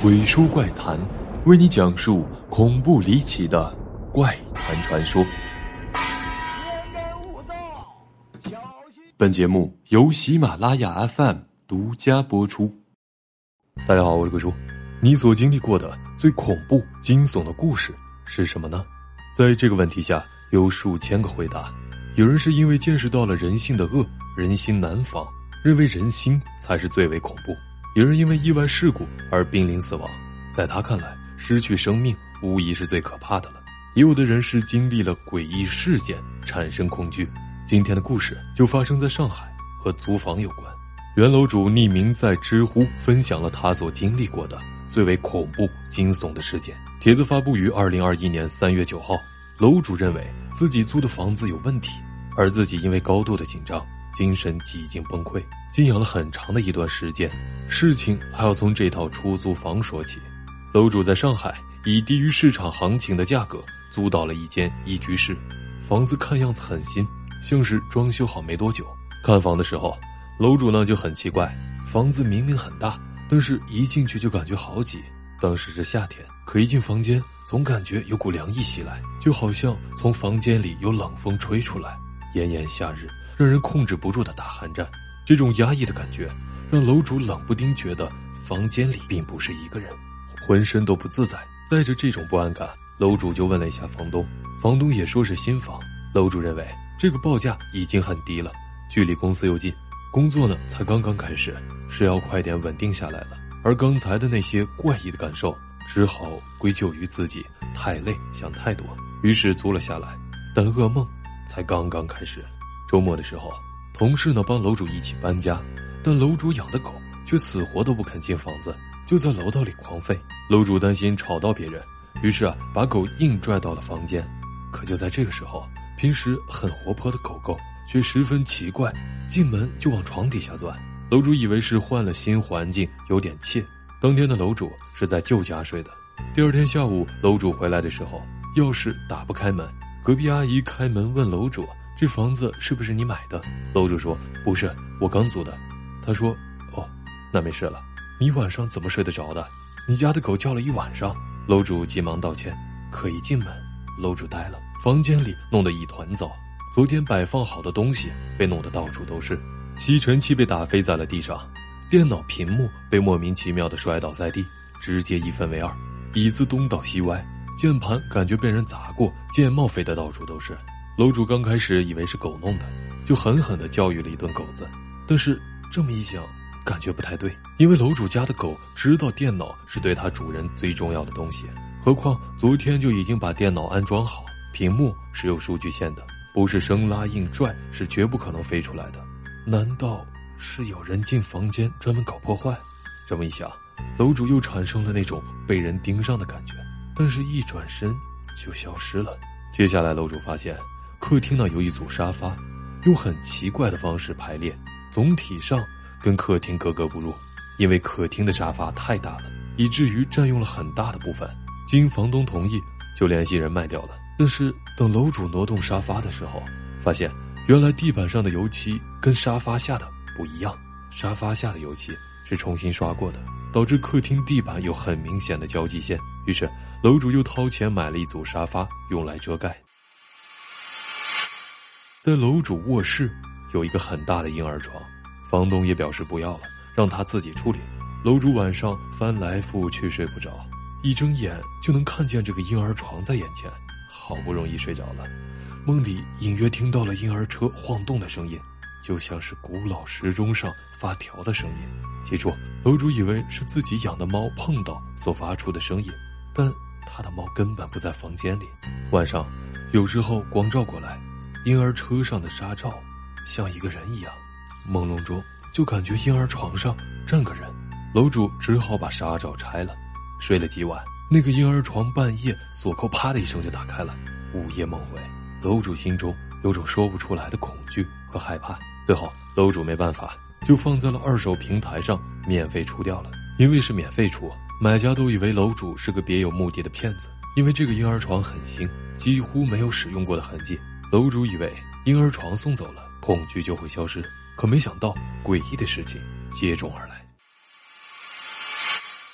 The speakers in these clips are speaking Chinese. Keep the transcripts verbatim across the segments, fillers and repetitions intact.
鬼说怪谈，为你讲述恐怖离奇的怪谈传说。本节目由喜马拉雅 F M 独家播出。大家好，我是鬼叔。你所经历过的最恐怖惊悚的故事是什么呢？在这个问题下有数千个回答。有人是因为见识到了人性的恶，人心难防，认为人心才是最为恐怖。有人因为意外事故而濒临死亡，在他看来失去生命无疑是最可怕的了。也有的人是经历了诡异事件产生恐惧。今天的故事就发生在上海，和租房有关。原楼主匿名在知乎分享了他所经历过的最为恐怖惊悚的事件。帖子发布于二零二一年三月九号。楼主认为自己租的房子有问题，而自己因为高度的紧张，精神几近崩溃，静养了很长的一段时间。事情还要从这套出租房说起。楼主在上海以低于市场行情的价格租到了一间一居室，房子看样子很新，像是装修好没多久。看房的时候，楼主呢就很奇怪，房子明明很大，但是一进去就感觉好挤。当时是夏天，可一进房间总感觉有股凉意袭来，就好像从房间里有冷风吹出来。炎炎夏日，让人控制不住的打寒战。这种压抑的感觉让楼主冷不丁觉得房间里并不是一个人，浑身都不自在。带着这种不安感，楼主就问了一下房东，房东也说是新房。楼主认为这个报价已经很低了，距离公司又近，工作呢才刚刚开始，是要快点稳定下来了。而刚才的那些怪异的感受只好归咎于自己太累想太多，于是租了下来。但噩梦才刚刚开始。周末的时候，同事呢帮楼主一起搬家，但楼主养的狗却死活都不肯进房子，就在楼道里狂吠。楼主担心吵到别人，于是啊把狗硬拽到了房间。可就在这个时候，平时很活泼的狗狗却十分奇怪，进门就往床底下钻。楼主以为是换了新环境有点怯。当天的楼主是在旧家睡的。第二天下午，楼主回来的时候，钥匙打不开门。隔壁阿姨开门问楼主，这房子是不是你买的？楼主说不是，我刚租的。他说哦，那没事了。你晚上怎么睡得着的？你家的狗叫了一晚上。楼主急忙道歉。可一进门，楼主呆了，房间里弄得一团糟，昨天摆放好的东西被弄得到处都是，吸尘器被打飞在了地上，电脑屏幕被莫名其妙地摔倒在地，直接一分为二，椅子东倒西歪，键盘感觉被人砸过，键帽飞得到处都是。楼主刚开始以为是狗弄的，就狠狠地教育了一顿狗子。但是这么一想，感觉不太对，因为楼主家的狗知道电脑是对它主人最重要的东西，何况昨天就已经把电脑安装好，屏幕是有数据线的，不是生拉硬拽是绝不可能飞出来的。难道是有人进房间专门搞破坏？这么一想，楼主又产生了那种被人盯上的感觉，但是一转身就消失了。接下来楼主发现客厅呢有一组沙发，用很奇怪的方式排列，总体上跟客厅格格不入。因为客厅的沙发太大了，以至于占用了很大的部分。经房东同意，就联系人卖掉了。但是等楼主挪动沙发的时候，发现原来地板上的油漆跟沙发下的不一样，沙发下的油漆是重新刷过的，导致客厅地板有很明显的交际线。于是楼主又掏钱买了一组沙发用来遮盖。在楼主卧室有一个很大的婴儿床，房东也表示不要了，让他自己处理。楼主晚上翻来覆去睡不着，一睁眼就能看见这个婴儿床在眼前，好不容易睡着了。梦里隐约听到了婴儿车晃动的声音，就像是古老时钟上发条的声音。起初楼主以为是自己养的猫碰到所发出的声音，但他的猫根本不在房间里。晚上有时候光照过来，婴儿车上的纱罩像一个人一样，朦胧中就感觉婴儿床上站个人。楼主只好把纱罩拆了。睡了几晚，那个婴儿床半夜锁扣啪的一声就打开了，午夜梦回。楼主心中有种说不出来的恐惧和害怕。最后楼主没办法，就放在了二手平台上免费出掉了。因为是免费出，买家都以为楼主是个别有目的的骗子。因为这个婴儿床很新，几乎没有使用过的痕迹，楼主以为婴儿床送走了，恐惧就会消失。可没想到诡异的事情接踵而来。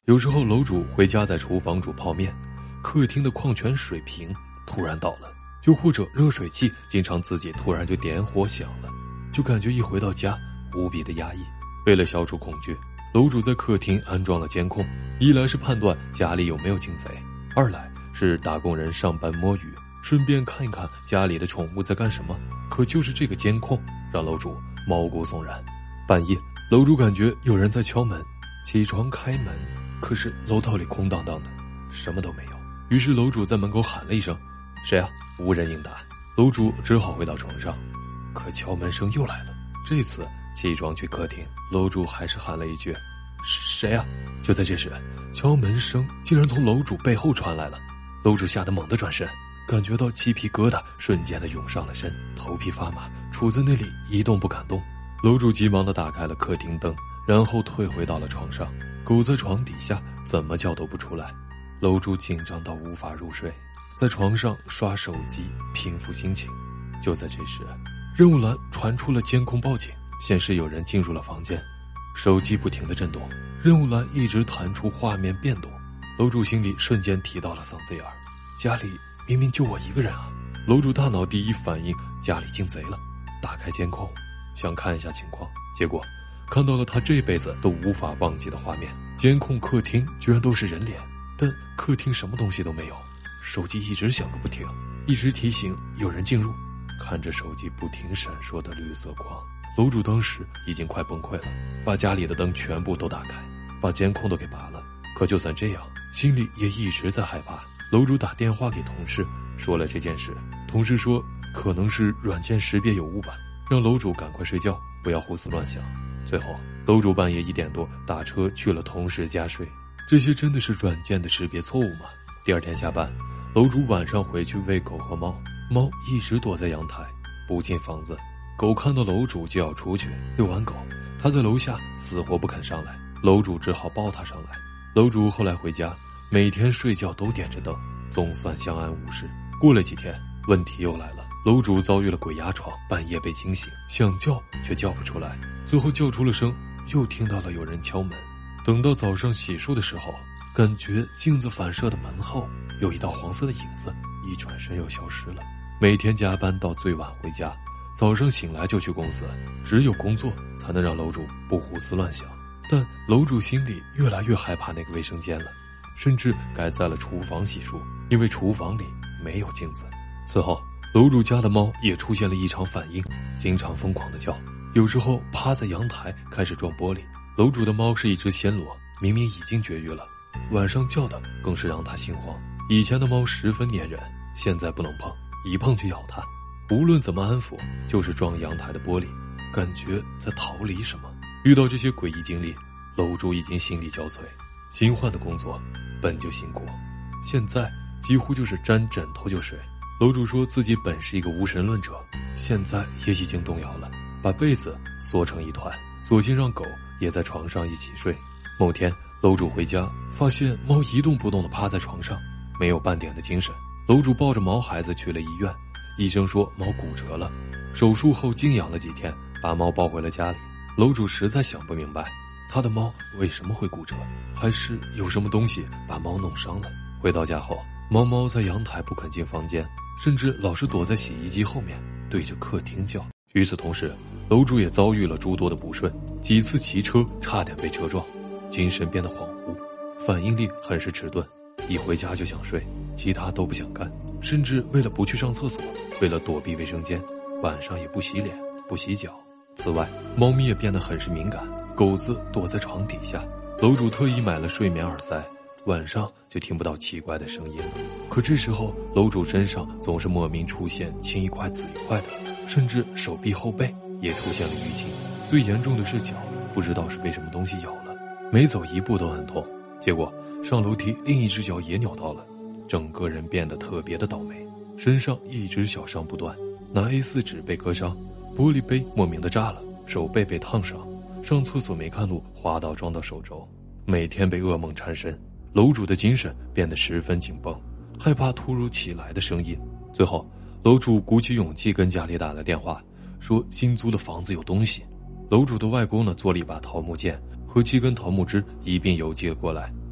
有时候楼主回家在厨房煮泡面，客厅的矿泉水瓶突然倒了，又或者热水器经常自己突然就点火响了，就感觉一回到家无比的压抑。为了消除恐惧，楼主在客厅安装了监控，一来是判断家里有没有进贼，二来是打工人上班摸鱼，顺便看一看家里的宠物在干什么。可就是这个监控让楼主毛骨悚然。半夜，楼主感觉有人在敲门，起床开门，可是楼道里空荡荡的，什么都没有。于是楼主在门口喊了一声：“谁啊？”无人应答。楼主只好回到床上，可敲门声又来了。这次起床去客厅，楼主还是喊了一句：“谁啊？”就在这时，敲门声竟然从楼主背后传来了。楼主吓得猛地转身，感觉到鸡皮疙瘩瞬间的涌上了身，头皮发麻，杵在那里一动不敢动。楼主急忙地打开了客厅灯，然后退回到了床上，狗在床底下怎么叫都不出来。楼主紧张到无法入睡，在床上刷手机平复心情。就在这时，任务栏传出了监控报警，显示有人进入了房间。手机不停地震动，任务栏一直弹出画面变动。楼主心里瞬间提到了嗓子眼儿，家里明明就我一个人啊！楼主大脑第一反应，家里进贼了。打开监控，想看一下情况，结果看到了他这辈子都无法忘记的画面。监控客厅居然都是人脸，但客厅什么东西都没有。手机一直响个不停，一直提醒有人进入。看着手机不停闪烁的绿色光，楼主当时已经快崩溃了，把家里的灯全部都打开，把监控都给拔了。可就算这样，心里也一直在害怕。楼主打电话给同事说了这件事，同事说可能是软件识别有误吧，让楼主赶快睡觉，不要胡思乱想。最后楼主半夜一点多打车去了同事家睡。这些真的是软件的识别错误吗？第二天下班，楼主晚上回去喂狗和猫，猫一直躲在阳台不进房子，狗看到楼主就要出去遛完狗，它在楼下死活不肯上来，楼主只好抱它上来。楼主后来回家，每天睡觉都点着灯，总算相安无事。过了几天，问题又来了，楼主遭遇了鬼压床，半夜被惊醒，想叫却叫不出来，最后叫出了声，又听到了有人敲门。等到早上洗漱的时候，感觉镜子反射的门后有一道黄色的影子，一转身又消失了。每天加班到最晚回家，早上醒来就去公司，只有工作才能让楼主不胡思乱想。但楼主心里越来越害怕那个卫生间了，甚至改在了厨房洗漱，因为厨房里没有镜子。此后楼主家的猫也出现了异常反应，经常疯狂的叫，有时候趴在阳台开始撞玻璃。楼主的猫是一只暹罗，明明已经绝育了，晚上叫的更是让他心慌。以前的猫十分粘人，现在不能碰，一碰就咬它。无论怎么安抚，就是撞阳台的玻璃，感觉在逃离什么。遇到这些诡异经历，楼主已经心力交瘁。新换的工作本就辛苦，现在几乎就是沾枕头就睡。楼主说自己本是一个无神论者，现在也已经动摇了，把被子缩成一团，索性让狗也在床上一起睡。某天楼主回家，发现猫一动不动地趴在床上，没有半点的精神。楼主抱着毛孩子去了医院，医生说猫骨折了，手术后静养了几天，把猫抱回了家里。楼主实在想不明白，他的猫为什么会骨折，还是有什么东西把猫弄伤了。回到家后，猫猫在阳台不肯进房间，甚至老是躲在洗衣机后面对着客厅叫。与此同时，楼主也遭遇了诸多的不顺，几次骑车差点被车撞，精神变得恍惚，反应力很是迟钝，一回家就想睡，其他都不想干，甚至为了不去上厕所，为了躲避卫生间，晚上也不洗脸不洗脚。此外，猫咪也变得很是敏感，狗子躲在床底下，楼主特意买了睡眠耳塞，晚上就听不到奇怪的声音了。可这时候楼主身上总是莫名出现青一块紫一块的，甚至手臂后背也出现了淤青，最严重的是脚，不知道是被什么东西咬了，每走一步都很痛。结果上楼梯另一只脚也扭到了，整个人变得特别的倒霉，身上一直小伤不断，拿 A 四 纸被割伤，玻璃杯莫名的炸了，手背被烫伤，上厕所没看路，滑倒撞到手肘，每天被噩梦缠身。楼主的精神变得十分紧绷，害怕突如其来的声音。最后楼主鼓起勇气跟家里打了电话，说新租的房子有东西。楼主的外公呢，做了一把桃木剑和几根桃木枝一并邮寄了过来，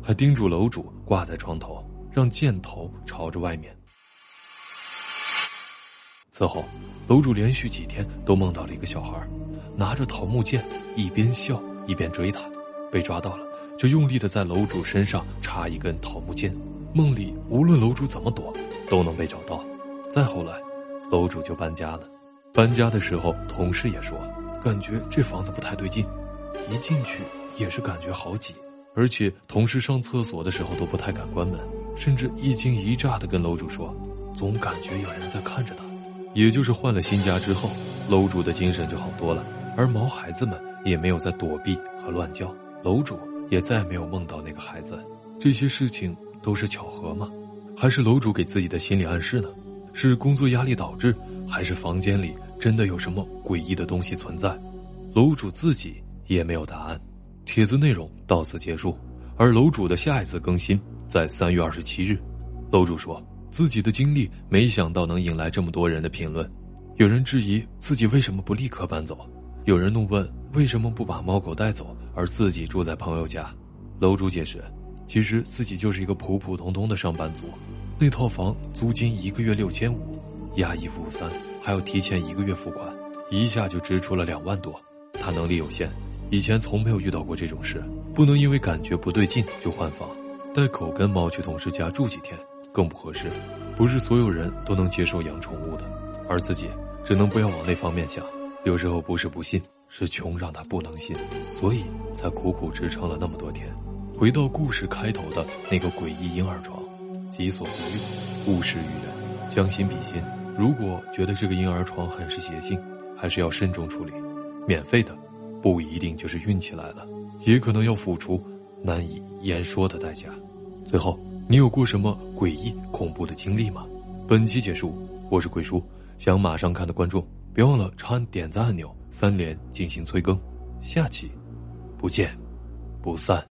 还叮嘱楼主挂在床头，让箭头朝着外面。此后，楼主连续几天都梦到了一个小孩，拿着桃木剑，一边笑一边追他。被抓到了，就用力地在楼主身上插一根桃木剑。梦里无论楼主怎么躲，都能被找到。再后来，楼主就搬家了。搬家的时候，同事也说，感觉这房子不太对劲，一进去也是感觉好挤，而且同事上厕所的时候都不太敢关门，甚至一惊一乍地跟楼主说，总感觉有人在看着他。也就是换了新家之后，楼主的精神就好多了，而毛孩子们也没有再躲避和乱叫，楼主也再没有梦到那个孩子。这些事情都是巧合吗？还是楼主给自己的心理暗示呢？是工作压力导致，还是房间里真的有什么诡异的东西存在？楼主自己也没有答案。帖子内容到此结束，而楼主的下一次更新在三月二十七日。楼主说自己的经历没想到能引来这么多人的评论，有人质疑自己为什么不立刻搬走，有人怒问为什么不把猫狗带走而自己住在朋友家。楼主解释，其实自己就是一个普普通通的上班族，那套房租金一个月六千五，押一付三，还要提前一个月付款，一下就支出了两万多。他能力有限，以前从没有遇到过这种事，不能因为感觉不对劲就换房，带狗跟猫去同事家住几天更不合适。不是所有人都能接受养宠物的，而自己只能不要往那方面想。有时候不是不信，是穷让他不能信，所以才苦苦支撑了那么多天。回到故事开头的那个诡异婴儿床，己所不欲，勿施于人，将心比心。如果觉得这个婴儿床很是邪性，还是要慎重处理。免费的不一定就是运气来了，也可能要付出难以言说的代价。最后，你有过什么诡异恐怖的经历吗？本期结束，我是鬼叔，想马上看的观众别忘了长按点赞按钮，三连进行催更。下期不见不散。